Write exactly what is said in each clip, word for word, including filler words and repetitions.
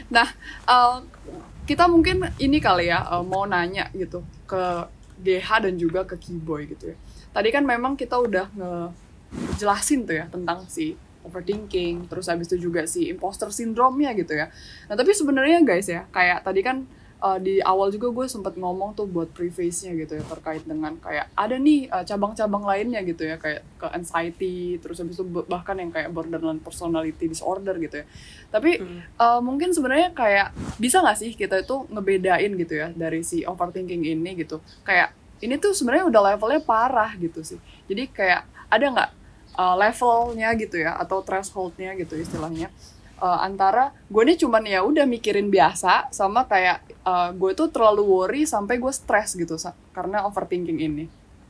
Nah, uh, kita mungkin ini kali ya uh, mau nanya gitu ke G H dan juga ke Kiboy gitu ya. Tadi kan memang kita udah ngejelasin tuh ya tentang si overthinking, terus habis itu juga si imposter syndrome-nya gitu ya. Nah tapi sebenarnya guys ya, kayak tadi kan uh, di awal juga gue sempat ngomong tuh buat preface-nya gitu ya, terkait dengan kayak ada nih uh, cabang-cabang lainnya gitu ya, kayak ke anxiety, terus habis itu bahkan yang kayak borderline personality disorder gitu ya. Tapi hmm. uh, mungkin sebenarnya kayak bisa nggak sih kita itu ngebedain gitu ya dari si overthinking ini gitu, kayak ini tuh sebenarnya udah levelnya parah gitu sih. Jadi kayak ada nggak Uh, levelnya gitu ya atau thresholdnya gitu istilahnya uh, antara gue ini cuman ya udah mikirin biasa sama kayak uh, gue tuh terlalu worry sampai gue stres gitu sa- karena overthinking ini.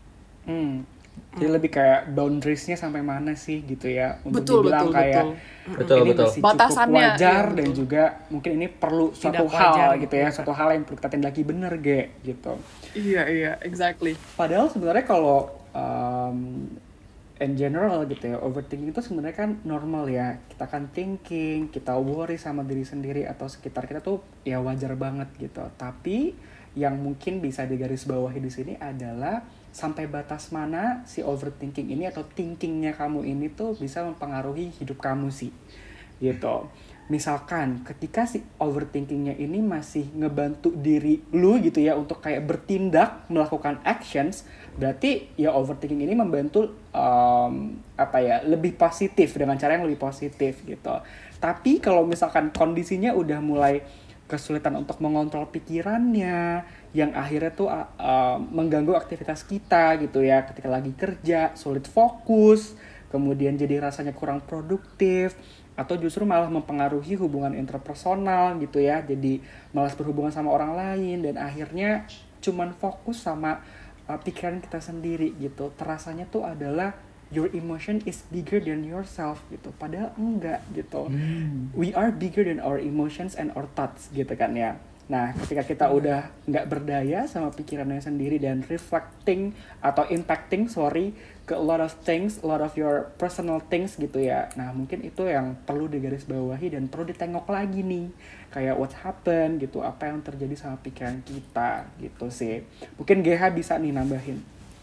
Hmm. Jadi hmm. lebih kayak boundariesnya sampai mana sih gitu ya untuk betul, dibilang betul, kayak betul. ini betul. masih cukup batasannya wajar ya, dan juga mungkin ini perlu suatu hal gitu ya, suatu hal yang perlu kita tindak lagi bener ge gitu. Iya iya exactly. Padahal sebenarnya kalau um, in general gitu ya, overthinking itu sebenarnya kan normal ya. Kita kan thinking, kita worry sama diri sendiri atau sekitar kita tuh ya wajar banget gitu. Tapi yang mungkin bisa digarisbawahi di sini adalah sampai batas mana si overthinking ini atau thinkingnya kamu ini tuh bisa mempengaruhi hidup kamu sih gitu. Misalkan ketika si overthinkingnya ini masih ngebantu diri lu gitu ya untuk kayak bertindak, melakukan actions, berarti ya overthinking ini membantu um, apa ya lebih positif dengan cara yang lebih positif gitu. Tapi kalau misalkan kondisinya udah mulai kesulitan untuk mengontrol pikirannya, yang akhirnya tuh uh, mengganggu aktivitas kita gitu ya, ketika lagi kerja sulit fokus, kemudian jadi rasanya kurang produktif, atau justru malah mempengaruhi hubungan interpersonal gitu ya, jadi malas berhubungan sama orang lain dan akhirnya cuman fokus sama uh, pikiran kita sendiri gitu. Terasanya tuh adalah your emotion is bigger than yourself gitu, padahal enggak gitu. hmm. We are bigger than our emotions and our thoughts gitu kan ya. Nah, ketika kita udah nggak berdaya sama pikirannya sendiri dan reflecting atau impacting, sorry, ke a lot of things, a lot of your personal things gitu ya. Nah, mungkin itu yang perlu digarisbawahi dan perlu ditengok lagi nih. Kayak what happened gitu, apa yang terjadi sama pikiran kita gitu sih. Mungkin G H bisa nih nambahin.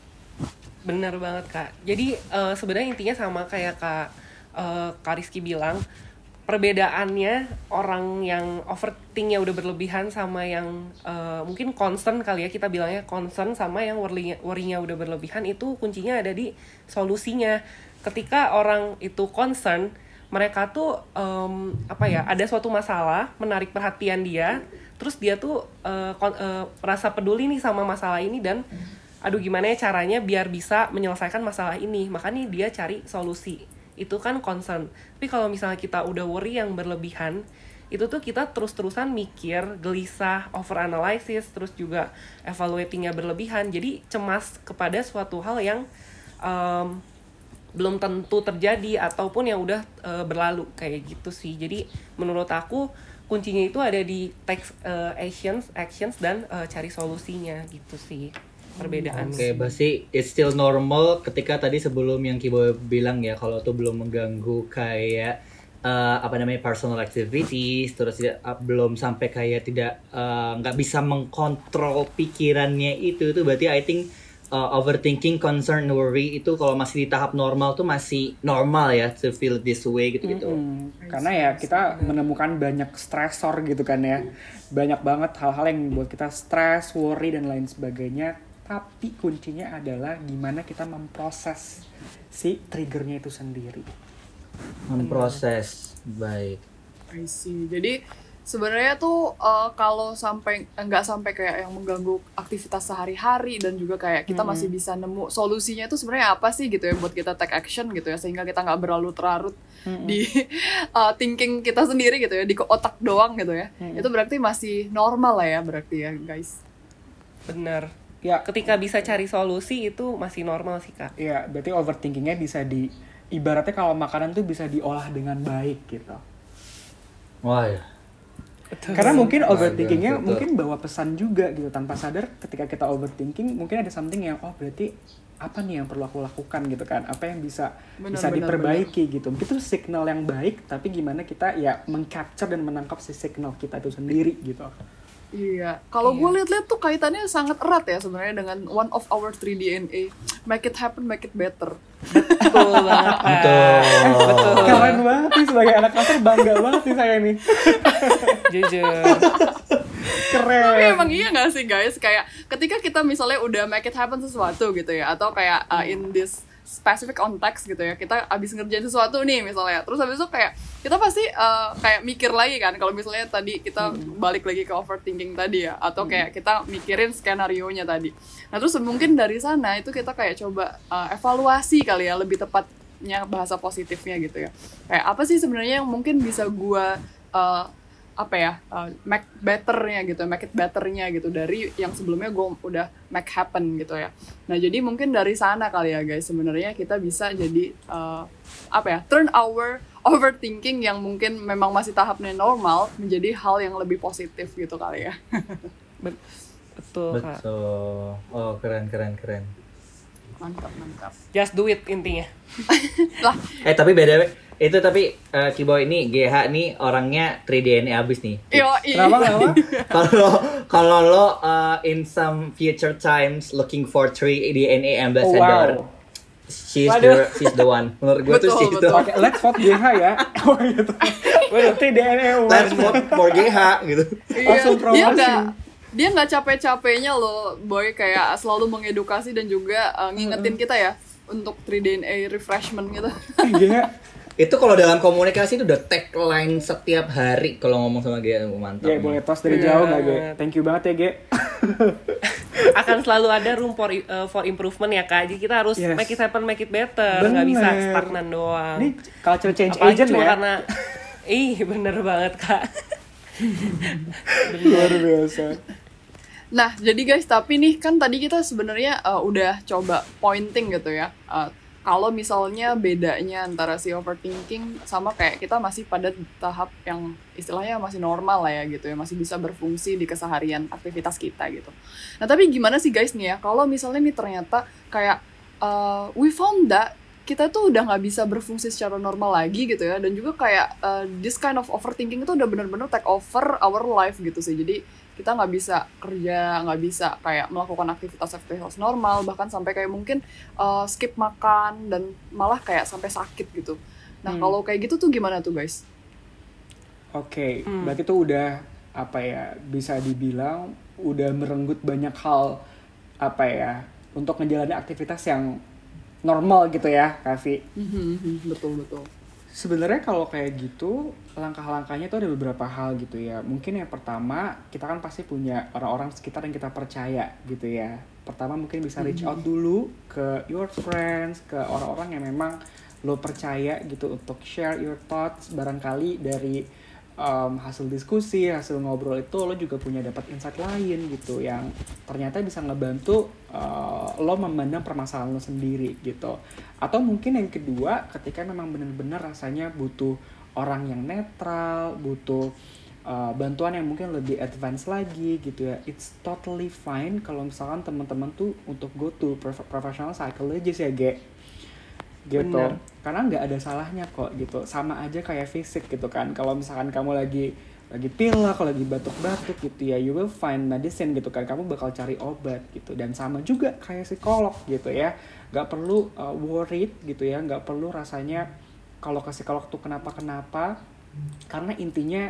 Benar banget, Kak. Jadi uh, sebenarnya intinya sama kayak Kak, uh, Kak Rizky bilang, perbedaannya orang yang overthinknya udah berlebihan sama yang uh, mungkin concern kali ya, kita bilangnya concern, sama yang worry-nya, worry-nya udah berlebihan, itu kuncinya ada di solusinya. Ketika orang itu concern, mereka tuh um, apa ya, ada suatu masalah menarik perhatian dia, terus dia tuh uh, kon- uh, rasa peduli nih sama masalah ini dan aduh gimana ya caranya biar bisa menyelesaikan masalah ini, makanya dia cari solusi. Itu kan concern. Tapi kalau misalnya kita udah worry yang berlebihan, itu tuh kita terus-terusan mikir, gelisah, overanalysis, terus juga evaluatingnya berlebihan. Jadi cemas kepada suatu hal yang um, belum tentu terjadi ataupun yang udah uh, berlalu kayak gitu sih. Jadi menurut aku kuncinya itu ada di take uh, actions, actions dan uh, cari solusinya gitu sih. Perbedaan. Oke, okay, berarti it's still normal ketika tadi sebelum yang Kibo bilang ya, kalau tuh belum mengganggu kayak uh, apa namanya personal activities, terus tidak uh, belum sampai kayak tidak nggak uh, bisa mengkontrol pikirannya itu, itu berarti I think uh, overthinking, concern, worry itu kalau masih di tahap normal tuh masih normal ya to feel this way gitu-gitu. Mm-hmm. Karena ya kita menemukan banyak stressor gitu kan ya, banyak banget hal-hal yang membuat kita stress, worry dan lain sebagainya. Tapi kuncinya adalah gimana kita memproses si triggernya itu sendiri. Memproses, baik. I see. Jadi sebenarnya tuh uh, kalau sampai nggak sampai kayak yang mengganggu aktivitas sehari-hari dan juga kayak kita mm-hmm. masih bisa nemu solusinya itu sebenarnya apa sih gitu ya buat kita take action gitu ya, sehingga kita nggak berlarut-larut mm-hmm. di uh, thinking kita sendiri gitu ya, di otak doang gitu ya. Mm-hmm. Itu berarti masih normal lah ya berarti ya guys. Bener. Ya. Ketika bisa cari solusi itu masih normal sih, Kak. Iya, berarti overthinkingnya bisa di, ibaratnya kalau makanan tuh bisa diolah dengan baik gitu. Wah ya. Betul. Karena mungkin overthinkingnya mungkin bawa pesan juga gitu, tanpa sadar ketika kita overthinking mungkin ada something yang oh berarti apa nih yang perlu aku lakukan gitu kan, apa yang bisa Benar, bisa benar, diperbaiki benar. Gitu. Itu signal yang baik, tapi gimana kita ya mengcapture dan menangkap si signal kita itu sendiri gitu. Iya, kalau Iya. gue lihat-lihat tuh kaitannya sangat erat ya sebenarnya dengan one of our three D N A, make it happen, make it better. Betul banget Kak. Betul. Betul. Keren banget nih, sebagai anak kantor bangga banget nih saya nih. Jujur. Keren. Tapi emang iya gak sih guys, kayak ketika kita misalnya udah make it happen sesuatu gitu ya, atau kayak uh, in this specific context gitu ya, kita abis ngerjain sesuatu nih misalnya, terus habis itu kayak kita pasti uh, kayak mikir lagi kan, kalau misalnya tadi kita balik lagi ke overthinking tadi ya, atau kayak kita mikirin skenario nya tadi. Nah terus mungkin dari sana itu kita kayak coba uh, evaluasi kali ya, lebih tepatnya bahasa positifnya gitu ya, kayak apa sih sebenarnya yang mungkin bisa gua uh, apa ya, uh, make betternya gitu, make it betternya gitu dari yang sebelumnya gue udah make happen gitu ya. Nah jadi mungkin dari sana kali ya guys, sebenarnya kita bisa jadi uh, apa ya, turn our overthinking yang mungkin memang masih tahapnya normal menjadi hal yang lebih positif gitu kali ya. Bet- Betul Kak. Betul. Oh keren keren keren. Mantap mantap. Just do it intinya. Lah Eh tapi beda itu tapi uh, Kiboy ini G H nih orangnya three D N A abis nih. yo Kenapa kenapa? Kalau kalau lo uh, in some future times looking for three D N A Oh, ambassador, wow. she's Waduh. the she's the one. Menurut gue tuh Betul, she's the betul. one. Oke, let's vote G H ya. Oh gitu. Waduh, three D N A Let's vote for G H gitu. Iya, Langsung dia promosi. nggak dia nggak capek-capeknya loh boy, kayak selalu mengedukasi dan juga uh, ngingetin kita ya untuk three D N A refreshment gitu. G H. Itu kalau dalam komunikasi itu udah tagline setiap hari kalau ngomong sama G H. Mantap. G, boleh tos dari Iya. jauh nggak G? Thank you banget ya G. Akan selalu ada room for uh, for improvement ya Kak. Jadi kita harus Yes. make it happen, make it better. Nggak bisa Bener. stagnan doang. Ini culture change Apalagi agent cuma ya. karena ih bener banget Kak. Luar biasa. Nah, jadi guys, tapi nih kan tadi kita sebenarnya uh, udah coba pointing gitu ya. Uh, kalau misalnya bedanya antara si overthinking sama kayak kita masih pada tahap yang istilahnya masih normal lah ya gitu ya, masih bisa berfungsi di keseharian aktivitas kita gitu. Nah, tapi gimana sih guys nih ya, kalau misalnya nih ternyata kayak uh, we found that kita tuh udah nggak bisa berfungsi secara normal lagi gitu ya, dan juga kayak uh, this kind of overthinking itu udah benar-benar take over our life gitu sih. Jadi kita nggak bisa kerja, nggak bisa kayak melakukan aktivitas-aktivitas normal, bahkan sampai kayak mungkin uh, skip makan dan malah kayak sampai sakit gitu. Nah Hmm. kalau kayak gitu tuh gimana tuh guys? Oke, Hmm. berarti itu udah apa ya, bisa dibilang udah merenggut banyak hal apa ya untuk ngejalanin aktivitas yang normal gitu ya, Kavi. betul betul. Sebenarnya kalau kayak gitu, langkah-langkahnya tuh ada beberapa hal gitu ya. Mungkin yang pertama, kita kan pasti punya orang-orang sekitar yang kita percaya gitu ya. Pertama mungkin bisa reach out dulu ke your friends, ke orang-orang yang memang lo percaya gitu untuk share your thoughts. Barangkali dari um, hasil diskusi, hasil ngobrol itu lo juga punya dapat insight lain gitu yang ternyata bisa ngebantu uh, lo memandang permasalahan lo sendiri gitu. Atau mungkin yang kedua, ketika memang benar-benar rasanya butuh orang yang netral, butuh uh, bantuan yang mungkin lebih advance lagi gitu ya, it's totally fine kalau misalkan teman-teman tuh untuk go to prof- professional psychologist ya Ge gitu. Bener. Karena nggak ada salahnya kok gitu, sama aja kayak fisik gitu kan. Kalau misalkan kamu lagi lagi pilek, kalau lagi batuk-batuk gitu ya, you will find medicine gitu kan, kamu bakal cari obat gitu. Dan sama juga kayak psikolog gitu ya, nggak perlu uh, worried gitu ya, nggak perlu rasanya kalau ke psikolog tuh kenapa-kenapa, karena intinya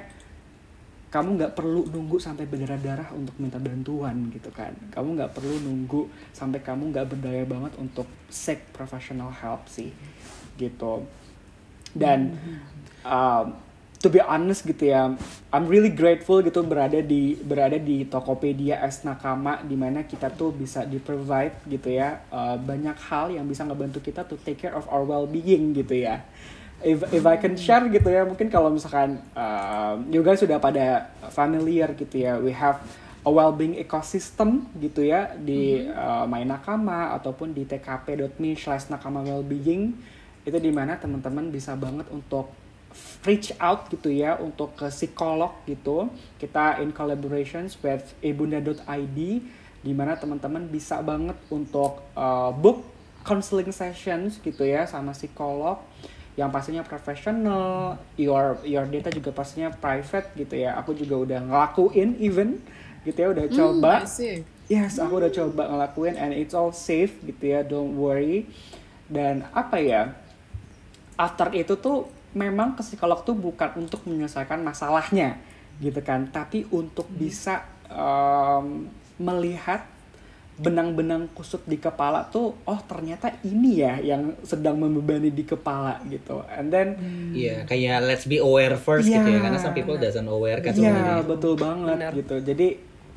kamu nggak perlu nunggu sampai berdarah-darah untuk minta bantuan gitu kan. Kamu nggak perlu nunggu sampai kamu nggak berdaya banget untuk seek professional help sih gitu. Dan um, to be honest gitu ya, I'm really grateful gitu berada di berada di Tokopedia as nakama, di mana kita tuh bisa di provide gitu ya uh, banyak hal yang bisa ngebantu kita to take care of our well-being gitu ya. If if I can share gitu ya, mungkin kalau misalkan uh, you guys sudah pada familiar gitu ya, we have a well-being ecosystem gitu ya di uh, My Nakama ataupun di t k p dot m e slash nakama wellbeing. Itu dimana teman-teman bisa banget untuk reach out gitu ya, untuk ke psikolog gitu. Kita in collaborations with ibunda dot i d, dimana teman-teman bisa banget untuk uh, book counseling sessions gitu ya sama psikolog yang pastinya profesional, your your data juga pastinya private gitu ya. Aku juga udah ngelakuin even gitu ya, udah coba. Hmm, I see. Yes, aku udah coba ngelakuin and it's all safe gitu ya, don't worry. Dan apa ya, after itu tuh memang ke psikolog tuh bukan untuk menyelesaikan masalahnya gitu kan, tapi untuk bisa um, melihat benang-benang kusut di kepala tuh, oh ternyata ini ya yang sedang membebani di kepala gitu. And then Iya, yeah, kayak let's be aware first yeah, gitu ya, karena some people doesn't aware kan iya yeah, sebenarnya. betul banget. Benar. Gitu. Jadi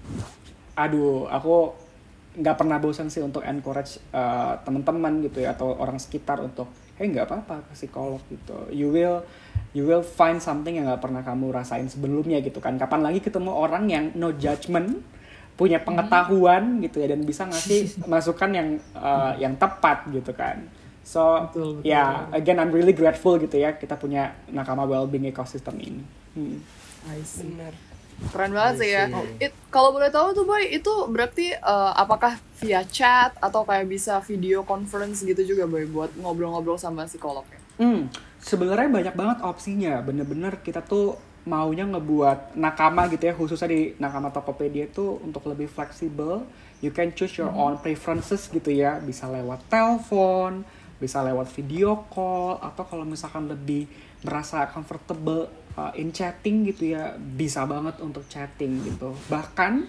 aduh, aku nggak pernah bosan sih untuk encourage uh, teman-teman gitu ya atau orang sekitar untuk hey nggak apa-apa ke psikolog gitu. You will you will find something yang nggak pernah kamu rasain sebelumnya gitu kan. Kapan lagi ketemu orang yang no judgment, punya pengetahuan gitu ya, dan bisa ngasih masukan yang uh, yang tepat gitu kan. So Betul, betul. ya yeah, again I'm really grateful gitu ya kita punya Nakama Wellbeing Ecosystem ini. Hmm. I see. Benar. Keren banget sih ya. I see. It, kalau boleh tahu tuh Boy, itu berarti uh, apakah via chat atau kayak bisa video conference gitu juga Boy buat ngobrol-ngobrol sama psikolognya? Hmm, sebenarnya banyak banget opsinya. Bener-bener kita tuh maunya ngebuat Nakama gitu ya, khususnya di Nakama Tokopedia itu untuk lebih fleksibel. You can choose your own preferences gitu ya. Bisa lewat telepon, bisa lewat video call, atau kalau misalkan lebih merasa comfortable uh, in chatting gitu ya, bisa banget untuk chatting gitu. Bahkan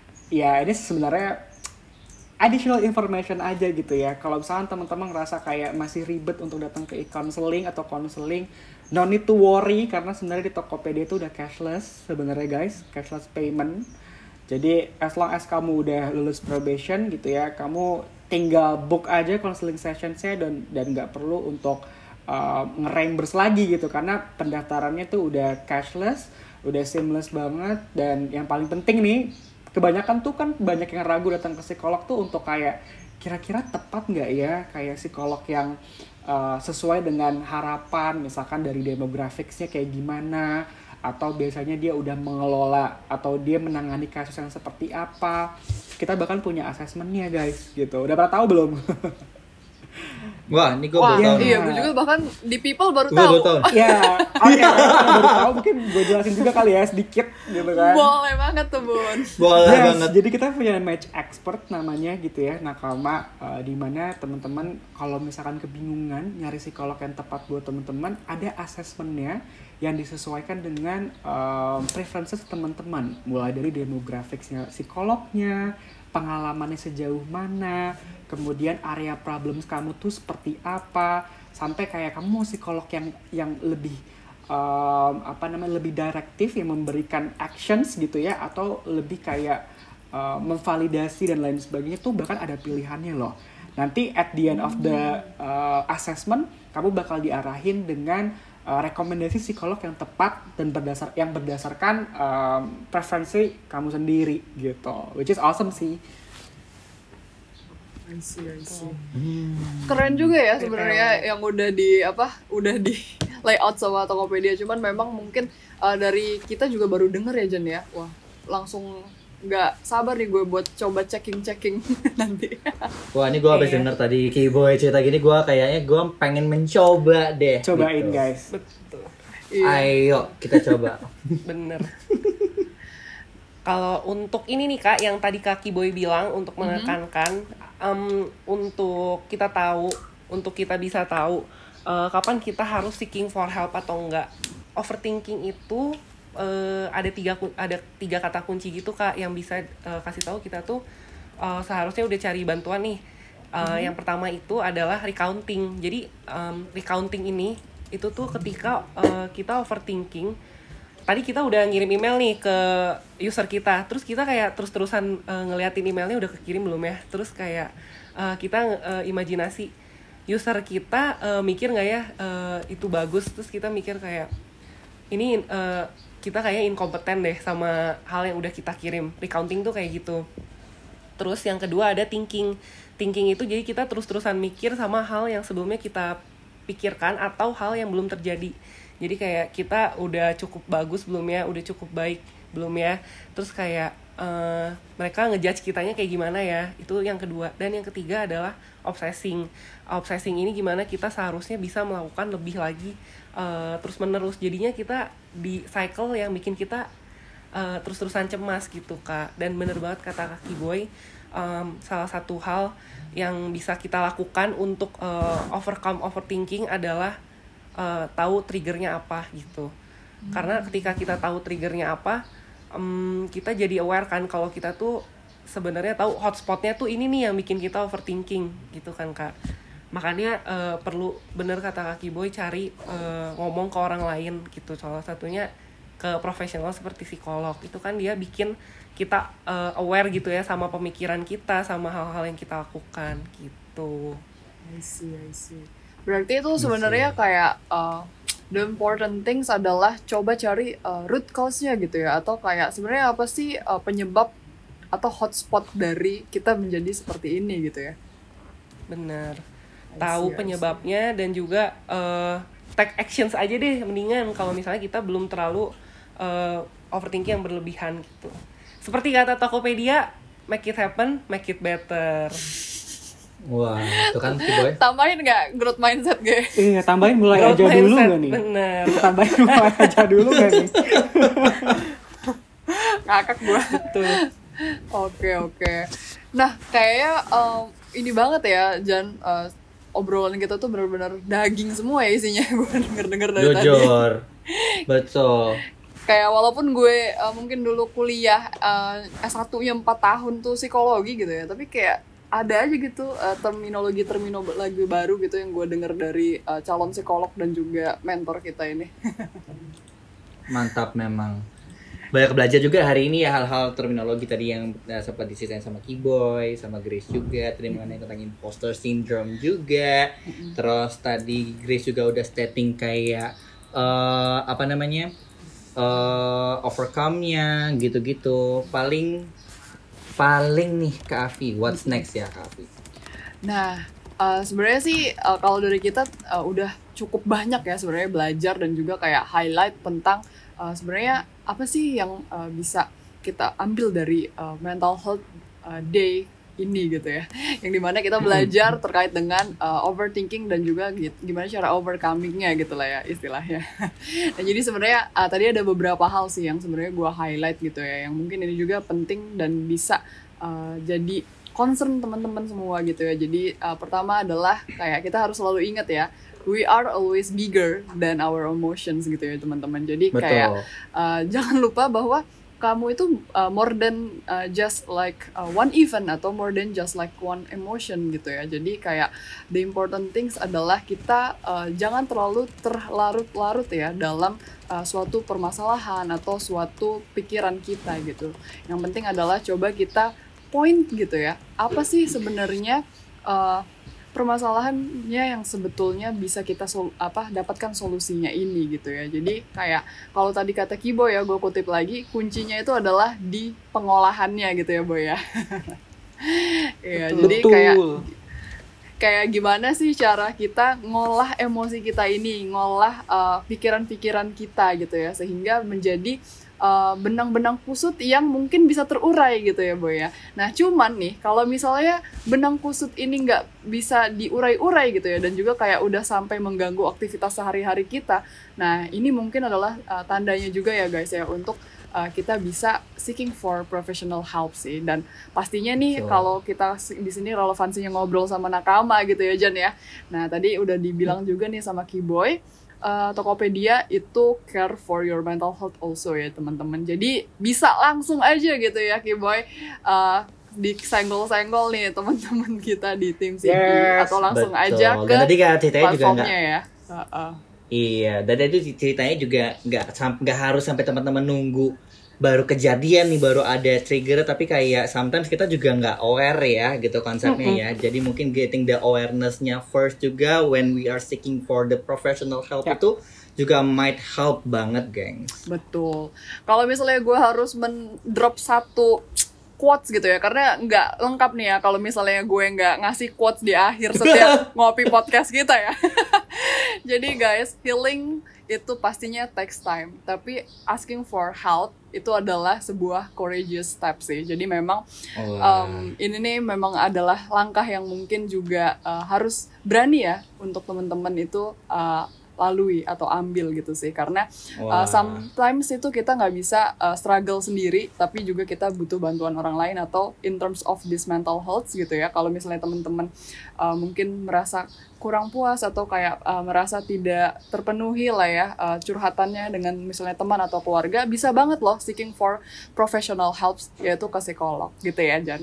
ya ini sebenarnya additional information aja gitu ya. Kalau misalkan teman-teman ngerasa kayak masih ribet untuk datang ke e-counseling atau counseling, no need to worry karena sebenarnya di Tokopedia itu udah cashless sebenarnya guys, cashless payment. Jadi as long as kamu udah lulus probation gitu ya, kamu tinggal book aja counseling session-nya dan dan nggak perlu untuk uh, nge-reimburse lagi gitu karena pendaftarannya tuh udah cashless, udah seamless banget. Dan yang paling penting nih, kebanyakan tuh kan banyak yang ragu datang ke psikolog tuh untuk kayak kira-kira tepat nggak ya kayak psikolog yang uh, sesuai dengan harapan, misalkan dari demografiknya kayak gimana, atau biasanya dia udah mengelola atau dia menangani kasus yang seperti apa. Kita bahkan punya assessment-nya guys gitu. Udah pernah tahu belum? Wah, ini gue Wah, baru tahu. iya, gue juga bahkan di People baru Gue tahu. baru tahu. Ya, oke, kalau baru tahu mungkin gue jelasin juga kali ya sedikit gitu kan. Boleh banget tuh, Bun. Boleh Yes, banget. jadi kita punya match expert namanya gitu ya, Nakama, uh, di mana teman-teman kalau misalkan kebingungan nyari psikolog yang tepat buat teman-teman, ada assessment-nya yang disesuaikan dengan um, preferences teman-teman, mulai dari demografiknya psikolognya, pengalamannya sejauh mana, kemudian area problems kamu tuh seperti apa, sampai kayak kamu mau psikolog yang yang lebih um, apa namanya lebih direktif yang memberikan actions gitu ya, atau lebih kayak uh, memvalidasi dan lain sebagainya, tuh bahkan ada pilihannya loh. Nanti at the end of the uh, assessment kamu bakal diarahin dengan uh, rekomendasi psikolog yang tepat dan berdasar yang berdasarkan um, preferensi kamu sendiri gitu, which is awesome sih. I see, I see. Keren juga ya sebenarnya yang udah di apa udah di layout sama Tokopedia, cuman memang mungkin uh, dari kita juga baru denger ya Jen ya. Wah, langsung nggak sabar nih gue buat coba checking-checking nanti. Wah, ini gue habis Iya. denger tadi Kiboy cerita gini, gue kayaknya gue pengen mencoba deh. Cobain gitu. guys. Betul. Iya. Ayo kita coba. Bener. Kalau untuk ini nih Kak, yang tadi Kak Boy bilang untuk menekankan, um, untuk kita tahu, untuk kita bisa tahu uh, kapan kita harus seeking for help atau enggak. Overthinking itu uh, ada tiga ada tiga kata kunci gitu Kak yang bisa uh, kasih tahu kita tuh uh, seharusnya udah cari bantuan nih. Uh, mm-hmm. Yang pertama itu adalah recounting. Jadi um, recounting ini itu tuh ketika uh, kita overthinking. Tadi kita udah ngirim email nih ke user kita, terus kita kayak terus-terusan uh, ngeliatin emailnya udah kekirim belum ya, terus kayak uh, kita uh, imajinasi user kita uh, mikir nggak ya uh, itu bagus, terus kita mikir kayak ini uh, kita kayak inkompeten deh sama hal yang udah kita kirim. Recounting tuh kayak gitu. Terus yang kedua ada thinking. Thinking itu jadi kita terus-terusan mikir sama hal yang sebelumnya kita pikirkan atau hal yang belum terjadi. Jadi kayak kita udah cukup bagus belum ya, udah cukup baik belum ya. Terus kayak uh, mereka ngejudge kitanya kayak gimana ya. Itu yang kedua. Dan yang ketiga adalah obsessing. Obsessing ini gimana kita seharusnya bisa melakukan lebih lagi uh, terus menerus. Jadinya kita di cycle yang bikin kita uh, terus-terusan cemas gitu Kak. Dan bener banget kata Kak Kiboy, um, salah satu hal yang bisa kita lakukan untuk uh, overcome overthinking adalah uh, tahu triggernya apa gitu. Hmm. Karena ketika kita tahu triggernya apa, um, kita jadi aware kan kalau kita tuh sebenarnya tahu hotspotnya tuh ini nih yang bikin kita overthinking gitu kan Kak. Makanya uh, perlu bener kata Kak Boy cari uh, ngomong ke orang lain gitu. Salah satunya ke profesional seperti psikolog. Itu kan dia bikin kita uh, aware gitu ya sama pemikiran kita, sama hal-hal yang kita lakukan gitu. I see, I see. Berarti itu sebenarnya kayak uh, the important things adalah coba cari uh, root cause-nya gitu ya, atau kayak sebenarnya apa sih uh, penyebab atau hotspot dari kita menjadi seperti ini gitu ya. Benar. Tahu penyebabnya dan juga uh, take actions aja deh mendingan kalau misalnya kita belum terlalu uh, overthinking yang berlebihan gitu. Seperti kata Tokopedia, make it happen, make it better. Wah, itu kan Kiboy. Tambahin nggak growth mindset gue? Iya, tambahin mulai growth aja mindset, dulu nggak nih? Bener. Kita tambahin mulai aja dulu nggak nih? Ngakak gue. Betul. Oke oke. Nah kayaknya um, ini banget ya Jan, uh, obrolan kita tuh benar-benar daging semua ya isinya. Gue denger-denger dari tadi. Jujur, betul. Kayak walaupun gue uh, mungkin dulu kuliah uh, S satu-nya empat tahun tuh psikologi gitu ya, tapi kayak ada aja gitu uh, terminologi-terminologi baru gitu yang gue denger dari uh, calon psikolog dan juga mentor kita ini. Mantap memang. Banyak belajar juga hari ini ya hal-hal terminologi tadi yang uh, sempat diceritain sama Kiboy, sama Grace juga tadi mengenai tentang imposter syndrome juga. Mm-hmm. Terus tadi Grace juga udah stating kayak uh, apa namanya uh, overcome-nya gitu-gitu. Paling paling nih Kak Afi, what's next ya Kak Afi? Nah uh, sebenarnya sih uh, kalau dari kita uh, udah cukup banyak ya sebenarnya belajar dan juga kayak highlight tentang uh, sebenarnya apa sih yang uh, bisa kita ambil dari uh, mental health uh, day ini gitu ya, yang dimana kita belajar terkait dengan uh, overthinking dan juga gitu, gimana cara overcoming-nya gitu lah ya istilahnya. Nah jadi sebenarnya uh, tadi ada beberapa hal sih yang sebenarnya gue highlight gitu ya, yang mungkin ini juga penting dan bisa uh, jadi concern teman-teman semua gitu ya. Jadi uh, pertama adalah kayak kita harus selalu ingat ya, we are always bigger than our emotions gitu ya teman-teman. Jadi Betul. kayak uh, jangan lupa bahwa kamu itu uh, more than uh, just like uh, one event atau more than just like one emotion gitu ya. Jadi kayak the important things adalah kita uh, jangan terlalu terlarut-larut ya dalam uh, suatu permasalahan atau suatu pikiran kita gitu. Yang penting adalah coba kita point gitu ya. Apa sih sebenarnya uh, permasalahannya yang sebetulnya bisa kita sol- apa dapatkan solusinya ini gitu ya. Jadi kayak kalau tadi kata Kibo ya, gue kutip lagi, kuncinya itu adalah di pengolahannya gitu ya Boy ya. Iya, jadi kayak kayak gimana sih cara kita ngolah emosi kita ini, ngolah uh, pikiran-pikiran kita gitu ya, sehingga menjadi Uh, benang-benang kusut yang mungkin bisa terurai gitu ya Boy ya. Nah cuman nih kalau misalnya benang kusut ini nggak bisa diurai-urai gitu ya, dan juga kayak udah sampai mengganggu aktivitas sehari-hari kita, nah ini mungkin adalah uh, tandanya juga ya guys ya untuk uh, kita bisa seeking for professional help sih. Dan pastinya nih so. Kalau kita di sini relevansinya ngobrol sama nakama gitu ya Jan ya. Nah tadi udah dibilang juga nih sama Kiboy, Uh, Tokopedia itu care for your mental health also ya teman-teman. Jadi bisa langsung aja gitu ya Kiboy uh, disenggol-senggol nih teman-teman kita di tim C I yes, atau langsung betul. Aja ke dan tadi platformnya ya. Uh-uh. Iya, dan itu ceritanya juga nggak nggak harus sampai teman-teman nunggu baru kejadian nih, baru ada trigger, tapi kayak sometimes kita juga nggak aware ya gitu konsepnya mm-hmm. ya. Jadi mungkin getting the awareness-nya first juga when we are seeking for the professional help yeah. itu juga might help banget, gengs. Betul. Kalau misalnya gue harus men-drop satu quotes gitu ya, karena nggak lengkap nih ya kalau misalnya gue nggak ngasih quotes di akhir setiap ngopi podcast kita ya. Jadi guys, healing itu pastinya takes time, tapi asking for help itu adalah sebuah courageous step sih. Jadi memang um, ini nih memang adalah langkah yang mungkin juga uh, harus berani ya untuk teman-teman itu uh, lalui atau ambil gitu sih, karena uh, sometimes itu kita nggak bisa uh, struggle sendiri, tapi juga kita butuh bantuan orang lain, atau in terms of this mental health gitu ya. Kalau misalnya teman-teman uh, mungkin merasa kurang puas atau kayak uh, merasa tidak terpenuhi lah ya uh, curhatannya dengan misalnya teman atau keluarga, bisa banget loh seeking for professional help, yaitu ke psikolog gitu ya, Jan.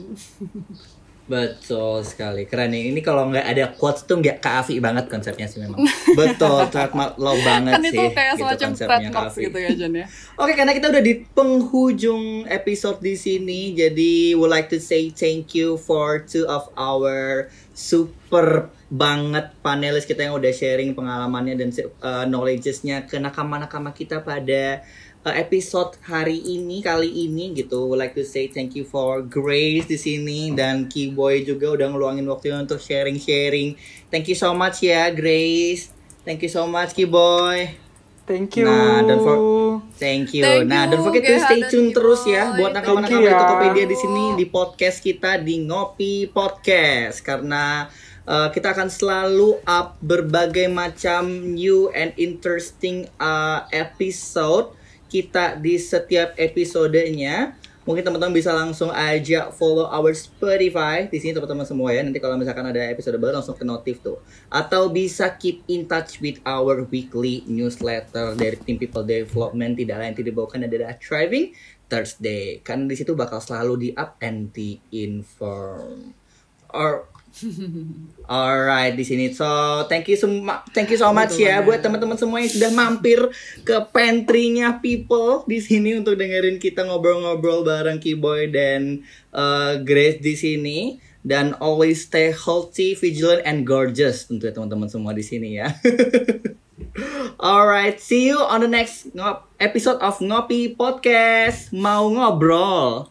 Betul sekali, keren nih. Ini kalau nggak ada quotes tuh nggak Kak Afi banget konsepnya sih memang. Betul, trademark lo banget kan sih. Kan itu kayak gitu semacam trademark gitu ya, Jan ya. Oke, karena kita udah di penghujung episode di sini, jadi would like to say thank you for two of our super banget panelis kita yang udah sharing pengalamannya dan uh, knowledge-nya ke nakama-nakama kita pada episode hari ini kali ini gitu. Would like to say thank you for Grace di sini, dan Kiboy juga udah ngeluangin waktunya untuk sharing-sharing. Thank you so much ya Grace. Thank you so much Kiboy. Thank you. Nah, don't for thank you. Thank nah, you, don't forget to stay tune Kiboy. terus ya buat nakama-nakama ya. Tokopedia di sini di podcast kita di Ngopi Podcast, karena Uh, kita akan selalu up berbagai macam new and interesting uh, episode kita di setiap episodenya. Mungkin teman-teman bisa langsung aja follow our Spotify di sini teman-teman semua ya. Nanti kalau misalkan ada episode baru langsung ke notif tuh. Atau bisa keep in touch with our weekly newsletter dari tim People Development, tidak lain tidak bukan adalah Thriving Thursday. Karena di situ bakal selalu di up and di inform. Or alright di sini. So thank you so thank you so much ya buat teman-teman semua yang sudah mampir ke pantry-nya People di sini untuk dengerin kita ngobrol-ngobrol bareng Kiboy dan uh, Grace di sini. Dan always stay healthy, vigilant, and gorgeous untuk teman-teman semua di sini ya. Alright, see you on the next episode of Ngopi Podcast. Mau ngobrol.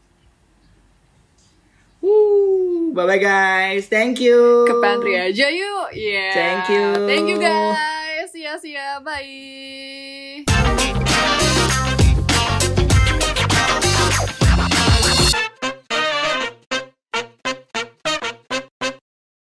Woo, bye-bye guys. Thank you. Ke pantry aja yuk. Yeah. Thank you. Thank you guys. See ya, see ya. Bye.